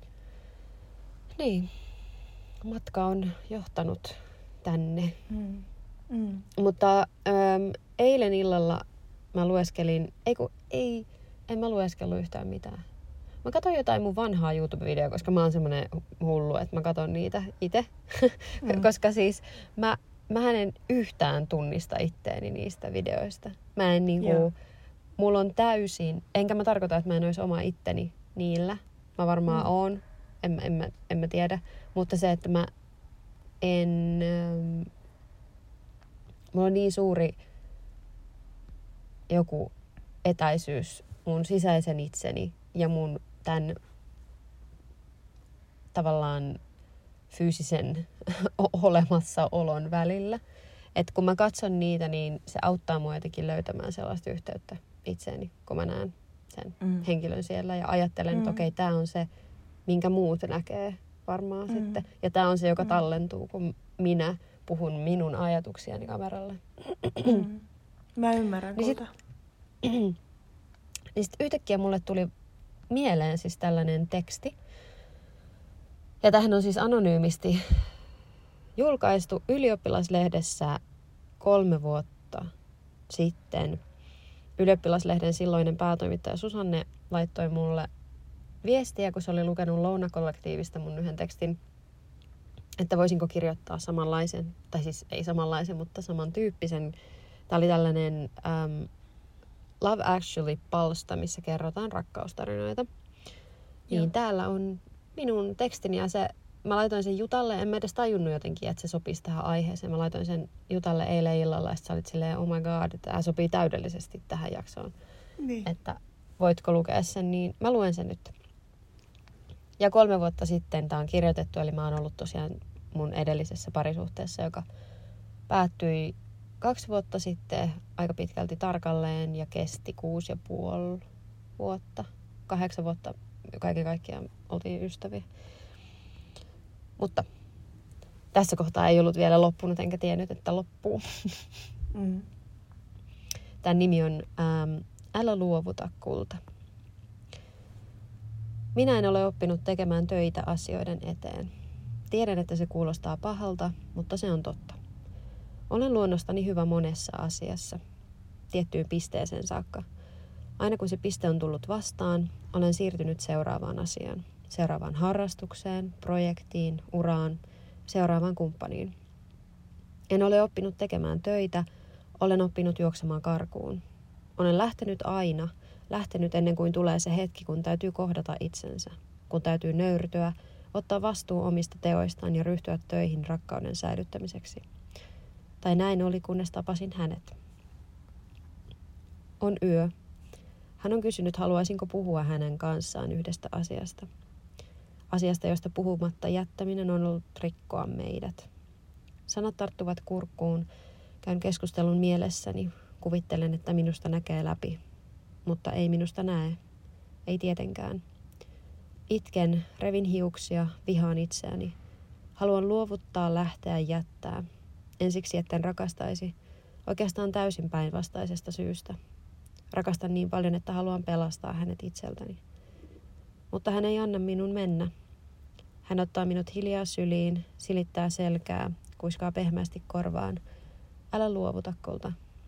Niin. Matka on johtanut tänne. Mutta eilen illalla mä lueskelin, en mä lueskellut yhtään mitään. Mä katsoin jotain mun vanhaa YouTube-videoa, koska mä oon semmonen hullu, että mä katson niitä itse. Koska siis mä en yhtään tunnista itteeni niistä videoista. Mä en mulla on täysin, enkä mä tarkoita, että mä en olisi oma itteni niillä. Mä varmaan oon, en mä tiedä. Mutta se, että mä en, mulla on niin suuri joku etäisyys mun sisäisen itseni ja mun tämän tavallaan fyysisen olemassaolon välillä. Että kun mä katson niitä, niin se auttaa mua jotenkin löytämään sellaista yhteyttä itseeni, kun mä näen sen henkilön siellä ja ajattelen, että okei, tää on se, minkä muut näkee varmaan sitten. Ja tää on se, joka tallentuu, kun minä puhun minun ajatuksiani kameralle. Mä ymmärrän kulta. Niin sit yhtäkkiä mulle tuli mieleen siis tällainen teksti. Ja tämähän on siis anonyymisti julkaistu Ylioppilaslehdessä 3 vuotta sitten. Ylioppilaslehden silloinen päätoimittaja Susanne laittoi mulle viestiä, kun se oli lukenut Louna-kollektiivista mun yhden tekstin, että voisinko kirjoittaa samanlaisen, tai siis ei samanlaisen, mutta samantyyppisen. Tämä oli tällainen Love Actually-palsta, missä kerrotaan rakkaustarinoita. Niin täällä on minun tekstini ja mä laitoin sen Jutalle, en mä edes tajunnut jotenkin, että se sopisi tähän aiheeseen. Mä laitoin sen Jutalle eilen illalla ja sä olit silleen, oh my god, tämä sopii täydellisesti tähän jaksoon. Niin. Että voitko lukea sen, niin mä luen sen nyt. Ja 3 vuotta sitten tämä on kirjoitettu, eli mä oon ollut tosiaan mun edellisessä parisuhteessa, joka päättyi 2 vuotta sitten aika pitkälti tarkalleen ja kesti 6,5 vuotta. 8 vuotta kaiken kaikkiaan oltiin ystäviä. Mutta tässä kohtaa ei ollut vielä loppunut, enkä tiennyt, että loppuu. Tämän nimi on Älä luovuta, kulta. Minä en ole oppinut tekemään töitä asioiden eteen. Tiedän, että se kuulostaa pahalta, mutta se on totta. Olen luonnostani hyvä monessa asiassa, tiettyyn pisteeseen saakka. Aina kun se piste on tullut vastaan, olen siirtynyt seuraavaan asiaan. Seuraavaan harrastukseen, projektiin, uraan, seuraavaan kumppaniin. En ole oppinut tekemään töitä, olen oppinut juoksemaan karkuun. Olen lähtenyt ennen kuin tulee se hetki, kun täytyy kohdata itsensä, kun täytyy nöyrtyä, ottaa vastuu omista teoistaan ja ryhtyä töihin rakkauden säilyttämiseksi. Tai näin oli, kunnes tapasin hänet. On yö. Hän on kysynyt, haluaisinko puhua hänen kanssaan yhdestä asiasta. Asiasta, josta puhumatta jättäminen on ollut rikkoa meidät. Sanat tarttuvat kurkkuun, käyn keskustelun mielessäni, kuvittelen, että minusta näkee läpi. Mutta ei minusta näe. Ei tietenkään. Itken, revin hiuksia, vihaan itseäni. Haluan luovuttaa, lähteä, jättää. Ensiksi, etten rakastaisi. Oikeastaan täysin päinvastaisesta syystä. Rakastan niin paljon, että haluan pelastaa hänet itseltäni. Mutta hän ei anna minun mennä. Hän ottaa minut hiljaa syliin, silittää selkää, kuiskaa pehmeästi korvaan. Älä luovuta, kulta.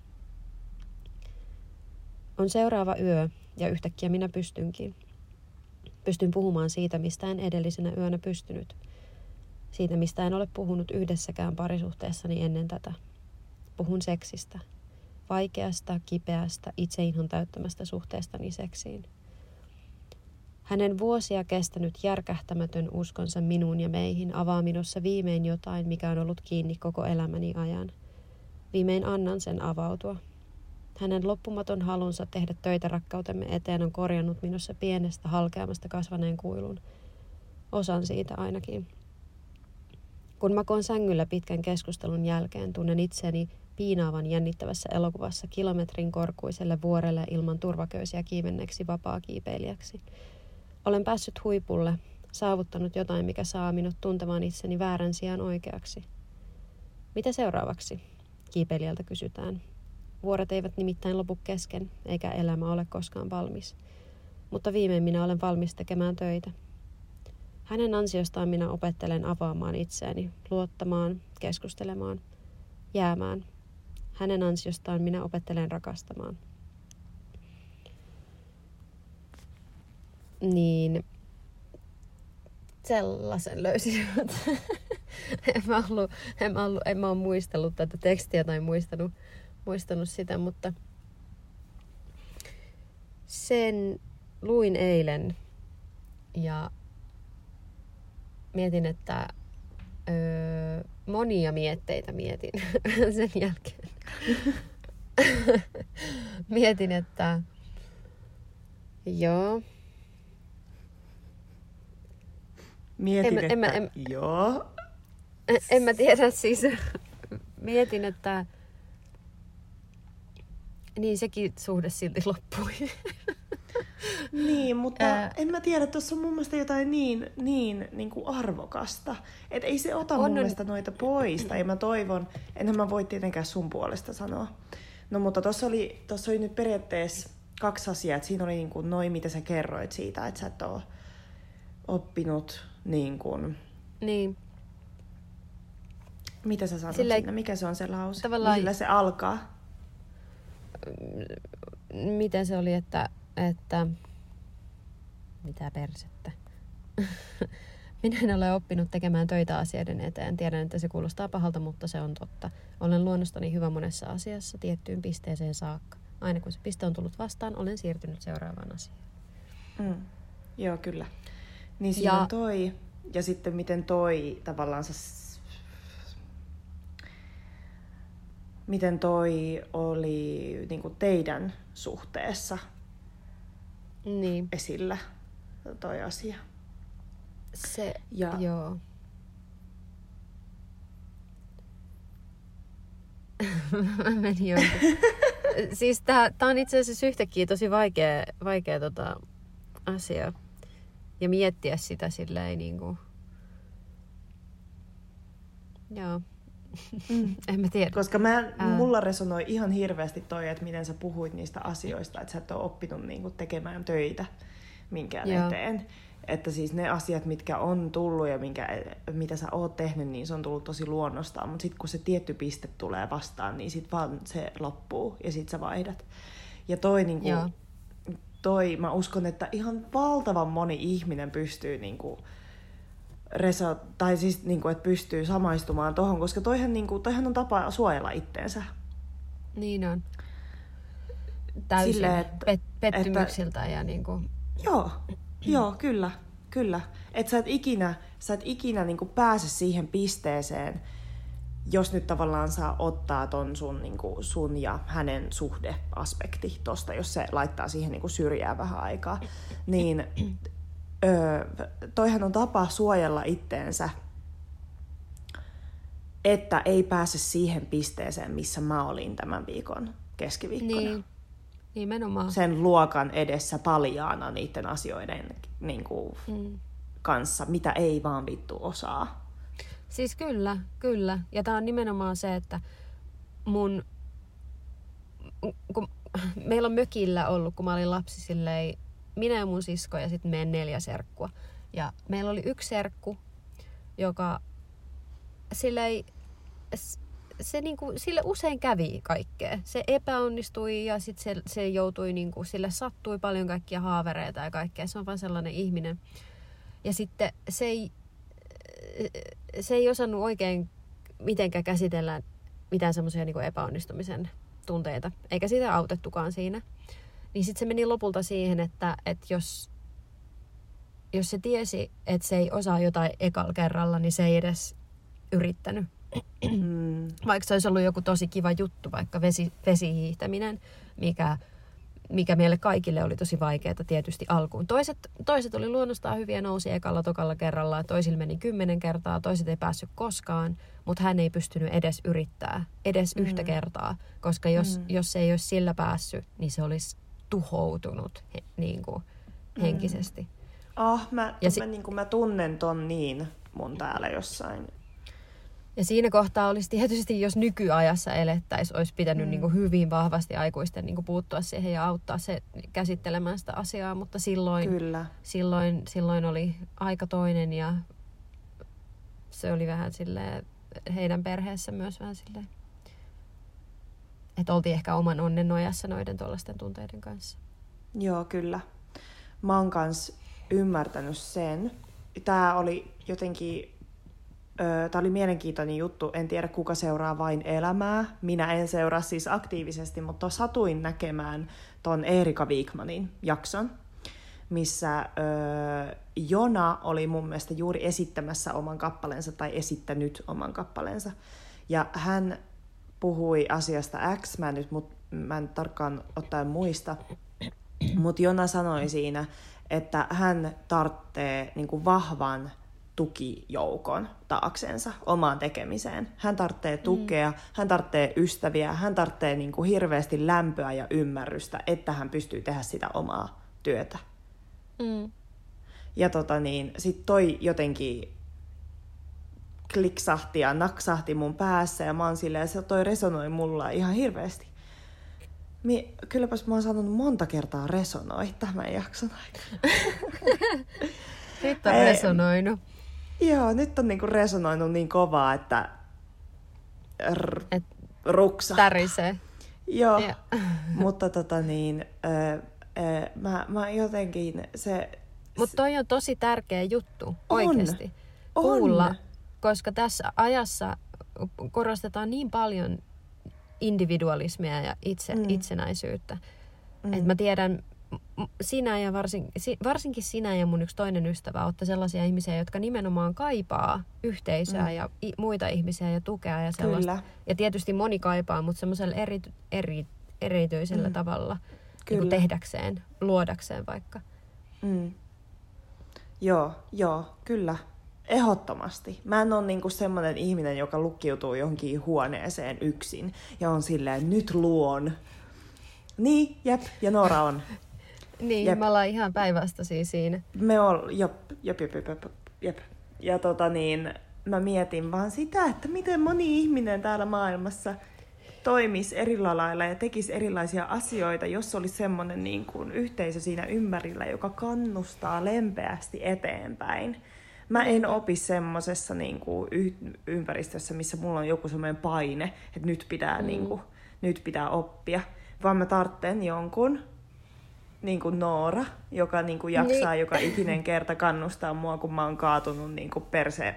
On seuraava yö ja yhtäkkiä minä pystynkin. Pystyn puhumaan siitä, mistä en edellisenä yönä pystynyt. Siitä, mistä en ole puhunut yhdessäkään parisuhteessani ennen tätä. Puhun seksistä. Vaikeasta, kipeästä, itseinhon täyttämästä suhteestani seksiin. Hänen vuosia kestänyt järkähtämätön uskonsa minuun ja meihin avaa minussa viimein jotain, mikä on ollut kiinni koko elämäni ajan. Viimein annan sen avautua. Hänen loppumaton halunsa tehdä töitä rakkautemme eteen on korjannut minussa pienestä halkeamasta kasvaneen kuilun. Osan siitä ainakin. Kun makoon sängyllä pitkän keskustelun jälkeen, tunnen itseni piinaavan jännittävässä elokuvassa kilometrin korkuiselle vuorelle ilman turvaköysiä kiivenneksi vapaakiipeilijäksi. Olen päässyt huipulle, saavuttanut jotain, mikä saa minut tuntemaan itseni väärän sijaan oikeaksi. Mitä seuraavaksi? Kiipeilijältä kysytään. Vuoret eivät nimittäin lopu kesken, eikä elämä ole koskaan valmis. Mutta viimein minä olen valmis tekemään töitä. Hänen ansiostaan minä opettelen avaamaan itseäni, luottamaan, keskustelemaan, jäämään. Hänen ansiostaan minä opettelen rakastamaan. Niin sellaisen löysin. En mä ole muistellut tätä tekstiä tai muistanut sitä, mutta sen luin eilen ja mietin, että monia mietteitä mietin sen jälkeen. Mietin, että joo. Joo. En mä tiedä, siis mietin, että niin sekin suhde silti loppui. Niin, mutta en mä tiedä, tuossa on mun mielestä jotain niin kuin arvokasta. Että ei se ota mun mielestä noita pois. Tai mä toivon, enhän mä voi tietenkään sun puolesta sanoa. No mutta tuossa oli nyt periaatteessa 2 asiaa. Että siinä oli niin kuin noin, mitä sä kerroit siitä, että sä et ole oppinut niin kuin... Niin. Mitä sä sanot siinä? Mikä se on se lause? Tavallaan... Millä se alkaa? Miten se oli, että mitä persettä? Minä en ole oppinut tekemään töitä asioiden eteen. Tiedän, että se kuulostaa pahalta, mutta se on totta. Olen luonnostani hyvä monessa asiassa tiettyyn pisteeseen saakka. Aina kun se piste on tullut vastaan, olen siirtynyt seuraavaan asiaan. Joo, kyllä. Niin siinä on toi, ja sitten miten toi tavallaan miten toi oli niin kuin teidän suhteessa Niin. esillä toi asia. Joo. Mä menin jonkun. Siis tää on itse asiassa yhtäkkiä tosi vaikea asia. Ja miettiä sitä silleen niinku... Joo. En mä tiedä. Koska mulla resonoi ihan hirveästi toi, että miten sä puhuit niistä asioista, että sä et ole oppinut niinku tekemään töitä minkään eteen. Että siis ne asiat, mitkä on tullut ja mitä sä oot tehnyt, niin se on tullut tosi luonnostaan. Mutta sitten kun se tietty piste tulee vastaan, niin sit vaan se loppuu ja sit sä vaihdat. Ja toi mä uskon, että ihan valtavan moni ihminen pystyy niinku että pystyy samaistumaan tohon, koska toihan on tapa suojella itteensä. Niin on. Täysin silleen, pettymyksiltä ja niinku... Joo, kyllä. Että sä et ikinä niinku pääse siihen pisteeseen, jos nyt tavallaan saa ottaa ton sun ja hänen suhdeaspekti tosta, jos se laittaa siihen niinku syrjään vähän aikaa, niin toihan on tapa suojella itteensä, että ei pääse siihen pisteeseen, missä mä olin tämän viikon keskiviikkona. Niin, nimenomaan. Sen luokan edessä paljaana niiden asioiden kanssa, mitä ei vaan vittu osaa. Siis kyllä. Ja tää on nimenomaan se, että kun meillä on mökillä ollut, kun mä olin lapsi silleen, minä ja mun sisko ja sitten meidän 4 serkkua. Ja meillä oli yksi serkku, joka sille usein kävi kaikkea. Se epäonnistui ja sitten se joutui, sille sattui paljon kaikkia haavereita ja kaikkea. Se on vaan sellainen ihminen. Ja sitten se ei osannut oikein mitenkään käsitellä mitään semmoisia epäonnistumisen tunteita. Eikä sitä autettukaan siinä. Niin sitten se meni lopulta siihen, että jos se tiesi, että se ei osaa jotain ekalla kerralla, niin se ei edes yrittänyt. Vaikka se olisi ollut joku tosi kiva juttu, vaikka vesihiihtäminen, mikä meille kaikille oli tosi vaikeaa tietysti alkuun. Toiset oli luonnostaan hyviä, nousi ekalla, tokalla kerralla, toisilla meni 10 kertaa, toiset ei päässyt koskaan, mutta hän ei pystynyt edes yrittää, edes yhtä kertaa, koska jos se ei olisi sillä päässyt, niin se olisi tuhoutunut henkisesti. Mä tunnen ton niin mun täällä jossain. Ja siinä kohtaa olisi tietysti, jos nykyajassa elettäisiin, olisi pitänyt hyvin vahvasti aikuisten puuttua siihen ja auttaa se käsittelemään sitä asiaa, mutta silloin oli aika toinen ja se oli vähän silleen, heidän perheessä myös vähän silleen, että oltiin ehkä oman onnen nojassa noiden tuollaisten tunteiden kanssa. Joo, kyllä. Mä oon kans ymmärtänyt sen. Tää oli jotenkin... Tämä oli mielenkiintoinen juttu. En tiedä, kuka seuraa Vain elämää. Minä en seuraa siis aktiivisesti, mutta satuin näkemään ton Erika Wikmanin jakson, missä Jona oli mun mielestä juuri esittämässä oman kappaleensa tai esittänyt oman kappaleensa. Ja hän puhui asiasta X, mä en tarkkaan ottaen muista, mutta Jona sanoi siinä, että hän tarvitsee vahvan tukijoukon taaksensa omaan tekemiseen. Hän tarvitsee tukea, hän tarvitsee ystäviä, hän tarvitsee hirveästi lämpöä ja ymmärrystä, että hän pystyy tehdä sitä omaa työtä. Ja sit toi jotenkin kliksahti ja naksahti mun päässä ja mä oon silleen, se toi resonoi mulla ihan hirveästi. Kylläpäs mä oon sanonut monta kertaa resonoi tämän jakson aikana. Nyt on resonoinut. Joo, nyt on resonoinut niin kovaa, että ruksa. Tärisee. Joo, mutta mä jotenkin se... Mutta toi on tosi tärkeä juttu oikeasti kuulla, koska tässä ajassa korostetaan niin paljon individualismia ja itsenäisyyttä. Että mä tiedän, sinä ja varsinkin sinä ja mun yksi toinen ystävä olette sellaisia ihmisiä, jotka nimenomaan kaipaa yhteisöä ja muita ihmisiä ja tukea ja sellaista. Kyllä. Ja tietysti moni kaipaa, mutta semmoisella erityisellä tavalla. niin tehdäkseen, luodakseen vaikka. Joo, kyllä. Ehdottomasti. Mä en ole niinku semmoinen ihminen, joka lukkiutuu johonkin huoneeseen yksin ja on silleen, nyt luon. Niin, jep, ja Noora on. Niin, jep. Me ollaan ihan päinvastaisia siinä. Jep. Ja mä mietin vaan sitä, että miten moni ihminen täällä maailmassa toimisi eri lailla ja tekisi erilaisia asioita, jos olisi semmoinen niin kuin yhteisö siinä ympärillä, joka kannustaa lempeästi eteenpäin. Mä en opi semmoisessa niin kuin ympäristössä, missä mulla on joku semmoinen paine, että nyt pitää oppia, vaan mä tarvitsen jonkun, niin kuin Noora, joka niin kuin jaksaa joka ikinen kerta kannustaa mua, kun mä oon kaatunut niin kuin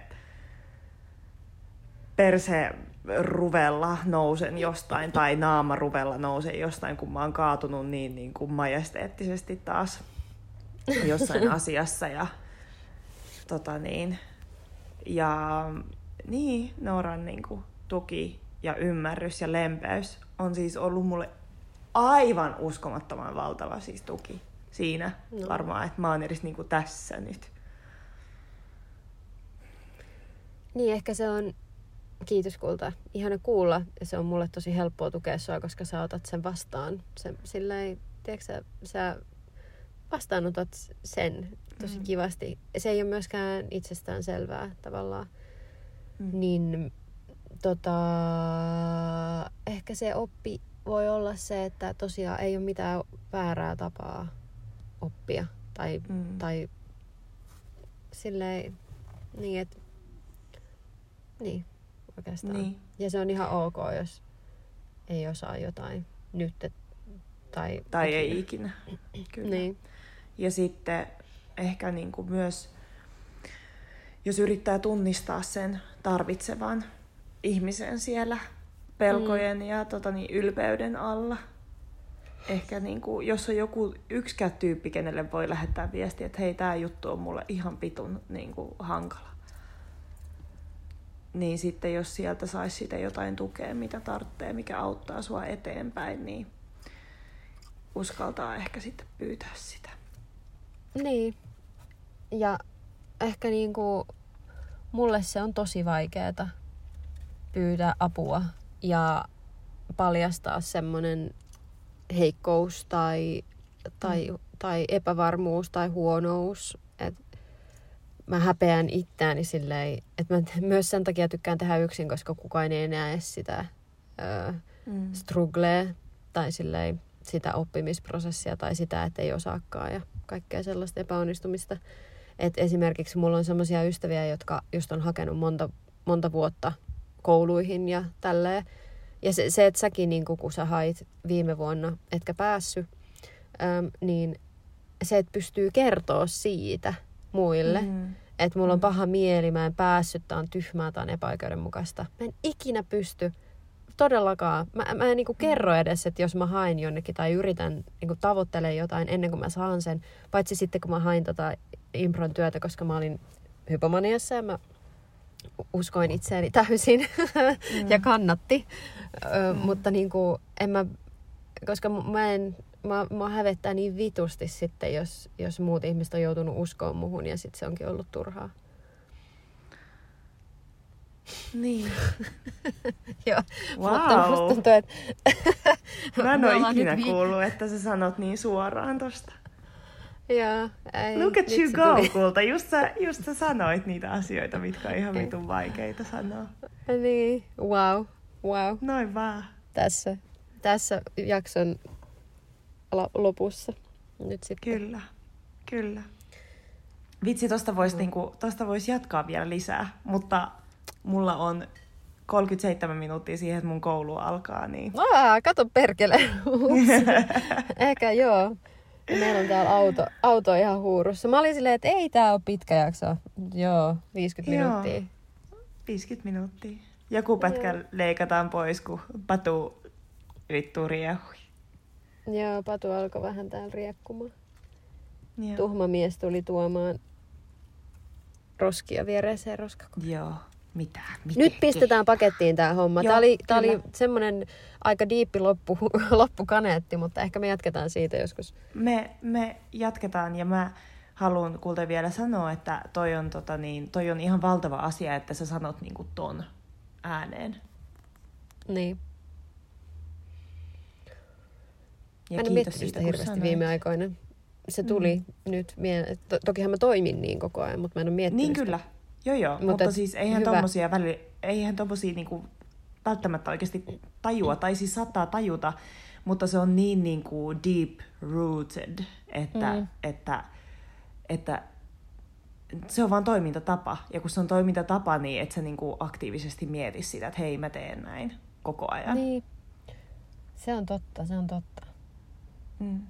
perseruvella nousen jostain tai naamaruvella nousen jostain, kun mä oon kaatunut niin kuin majesteettisesti taas jossain asiassa. Ja Nooran niin kuin tuki ja ymmärrys ja lempeys on siis ollut mulle aivan uskomattoman valtava siis tuki siinä varmaan, että mä oon edes niin kuin tässä nyt. Niin, ehkä se on, kiitos kulta, ihana kuulla, ja se on mulle tosi helppoa tukea sua, koska sä otat sen vastaan. Silleen, tiedätkö sä vastaanotat sen tosi kivasti. Se ei ole myöskään itsestään selvää tavallaan. Niin ehkä se oppi voi olla se, että tosiaan ei ole mitään väärää tapaa oppia. Tai silleen, niin että niin, oikeastaan. Niin. Ja se on ihan ok, jos ei osaa jotain nyt tai ei ikinä. Kyllä. Niin. Ja sitten ehkä niin kuin myös, jos yrittää tunnistaa sen tarvitsevan ihmisen siellä pelkojen ja ylpeyden alla. Ehkä niin kuin, jos on joku yksikään tyyppi, kenelle voi lähettää viestiä, että hei, tää juttu on mulle ihan pitun niin kuin hankala. Niin sitten jos sieltä saisi sitä jotain tukea, mitä tarvitsee, mikä auttaa sua eteenpäin, niin uskaltaa ehkä sitten pyytää sitä. Niin. Ja ehkä niinku mulle se on tosi vaikeeta pyytää apua ja paljastaa semmonen heikkous tai epävarmuus tai huonous. Et mä häpeän itseäni silleen, että mä myös sen takia tykkään tehdä yksin, koska kukaan ei näe sitä strugglea tai silleen sitä oppimisprosessia tai sitä, että ei osaakaan ja kaikkea sellaista epäonnistumista. Et esimerkiksi mulla on semmoisia ystäviä, jotka just on hakenut monta vuotta kouluihin ja tälleen. Ja se että säkin, niin kun sä hait viime vuonna, etkä päässyt, niin se, että pystyy kertoa siitä muille, että mulla on paha mieli, mä en päässyt, tää on tyhmää, tää on epäoikeudenmukaista. Mä en ikinä pysty, todellakaan. Mä en niinku kerro edes, että jos mä hain jonnekin tai yritän niinku tavoittelemaan jotain ennen kuin mä saan sen. Paitsi sitten, kun mä hain impron työtä, koska mä olin hypomaniassa ja mä uskoin itseäni täysin ja kannatti. Mutta niinku, koska mä hävettää niin vitusti sitten, jos muut ihmiset on joutunut uskoon muhun ja sitten se onkin ollut turhaa. Niin. Joo. Wow. Mutta musta tuntuu, että mä en ole ikinä kuullut, että sä sanot niin suoraan tosta. Joo, ei. Look at you go, kulta. Just sä sanoit niitä asioita, mitkä on ihan vitun vaikeita sanoa. Niin, wow. Noin vaan. Tässä jakson lopussa nyt sitten. Kyllä. Vitsi, tosta vois jatkaa vielä lisää, mutta mulla on 37 minuuttia siihen, että mun koulu alkaa. Niin. Kato perkele. Ehkä joo. Meillä on täällä auto ihan huurussa. Mä olin silleen, että ei tää ole pitkä jakso. Joo, 50 minuuttia. 50 minuuttia. Joku pätkä leikataan pois, kun Patu vittu riehui. Joo, Patu alkoi vähän täällä riekkumaan. Joo. Tuhma mies tuli tuomaan roskia viereiseen roskakoppaan. Joo, Mitä? Nyt pistetään pakettiin tää homma. Joo, Tää oli kyllä. semmonen aika diippi loppukaneetti, mutta ehkä me jatketaan siitä joskus. Me jatketaan ja mä haluan kuulta vielä sanoa, että toi on ihan valtava asia, että sä sanot niinku ton ääneen. Niin. Ja Mä en ole miettinyt sitä hirveästi viime aikoina. Se tuli nyt. Tokihan mä toimin niin koko ajan, mutta mä en ole miettinyt Niin sitä. kyllä. Joo. Mutta siis eihän tommosia niinku välttämättä oikeasti tajua, tai siis saattaa tajuta, mutta se on niin niinku deep rooted, että se on vaan toimintatapa. Ja kun se on toimintatapa, niin et sä niinku aktiivisesti mieti sitä, että hei, mä teen näin koko ajan. Niin. Se on totta. Mm.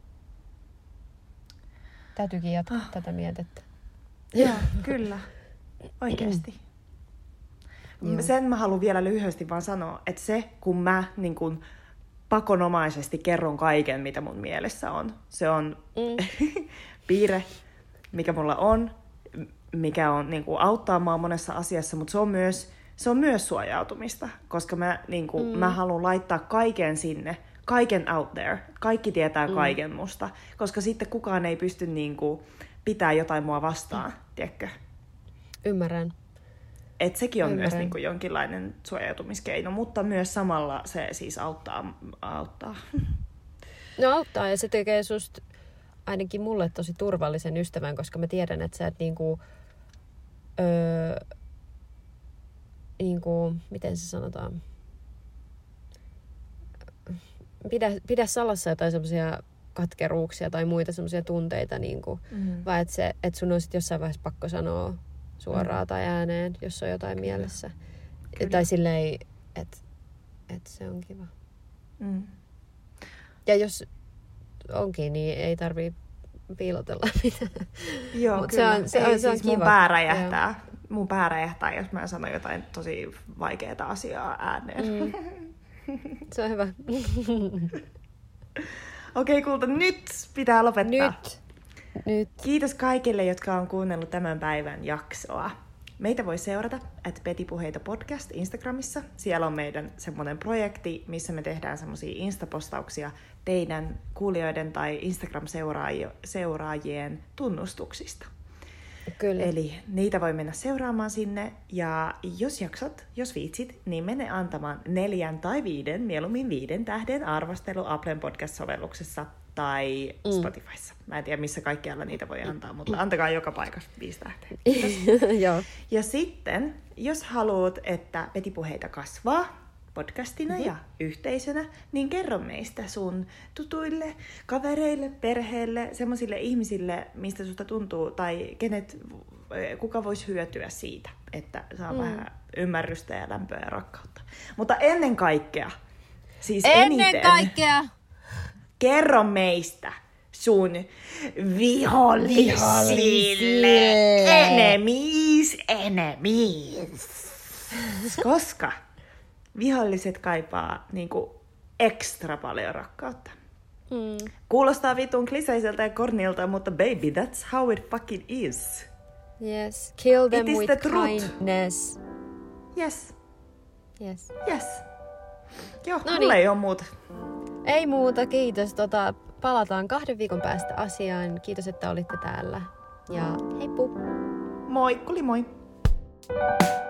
Täytyykin jatkaa tätä mietettä. Joo, kyllä. Oikeesti. Sen mä haluan vielä lyhyesti vaan sanoa, että se, kun mä niin kun pakonomaisesti kerron kaiken, mitä mun mielessä on, se on piirre, mikä mulla on, mikä on, niin kun auttaa mua monessa asiassa, mutta se on myös suojautumista, koska mä haluan laittaa kaiken sinne, kaiken out there, kaikki tietää kaiken musta, koska sitten kukaan ei pysty niin kun pitää jotain mua vastaan, tiedätkö? Ymmärrän. Että sekin on myös niin kuin jonkinlainen suojautumiskeino, mutta myös samalla se siis auttaa. No auttaa ja se tekee susta ainakin mulle tosi turvallisen ystävän, koska mä tiedän, että sä et miten se sanotaan, pidä salassa jotain semmoisia katkeruuksia tai muita semmoisia tunteita, vaan että sun on sit jossain vaiheessa pakko sanoa suoraan tai ääneen, jos on jotain mielessä. Tai silleen, että se on kiva. Ja jos onkin, niin ei tarvii piilotella mitään. Joo, mut kyllä. Se on siis kiva. Mun pää räjähtää, jos mä sanon jotain tosi vaikeaa asiaa ääneen. Se on hyvä. Okei, kulta, nyt pitää lopettaa. Nyt. Kiitos kaikille, jotka on kuunnellut tämän päivän jaksoa. Meitä voi seurata @petipuheita podcast Instagramissa. Siellä on meidän semmoinen projekti, missä me tehdään semmoisia instapostauksia teidän kuulijoiden tai Instagram-seuraajien tunnustuksista. Kyllä. Eli niitä voi mennä seuraamaan sinne, ja jos viitsit, niin mene antamaan 4 tai 5, mieluummin 5 tähden arvostelu Applen podcast-sovelluksessa tai Spotifyssa. Mä en tiedä, missä kaikkialla niitä voi antaa, mutta antakaa joka paikassa 5 tähteä. Joo. Ja sitten, jos haluat, että Petipuheita kasvaa podcastina ja yhteisönä, niin kerro meistä sun tutuille, kavereille, perheelle, semmoisille ihmisille, mistä susta tuntuu, tai kuka voisi hyötyä siitä, että saa vähän ymmärrystä ja lämpöä ja rakkautta. Mutta ennen kaikkea, kerro meistä sun vihollisille. Enemies. Koska viholliset kaipaa niinku ekstra paljon rakkautta. Kuulostaa vitun kliseiseltä ja kornilta, mutta baby, that's how it fucking is. Yes, kill them It is with the truth. kindness. Yes. Yes. Joo, mulla ei oo muuta. Ei muuta, kiitos. Palataan 2 viikon päästä asiaan. Kiitos, että olitte täällä. Ja heippu! Moi, moi!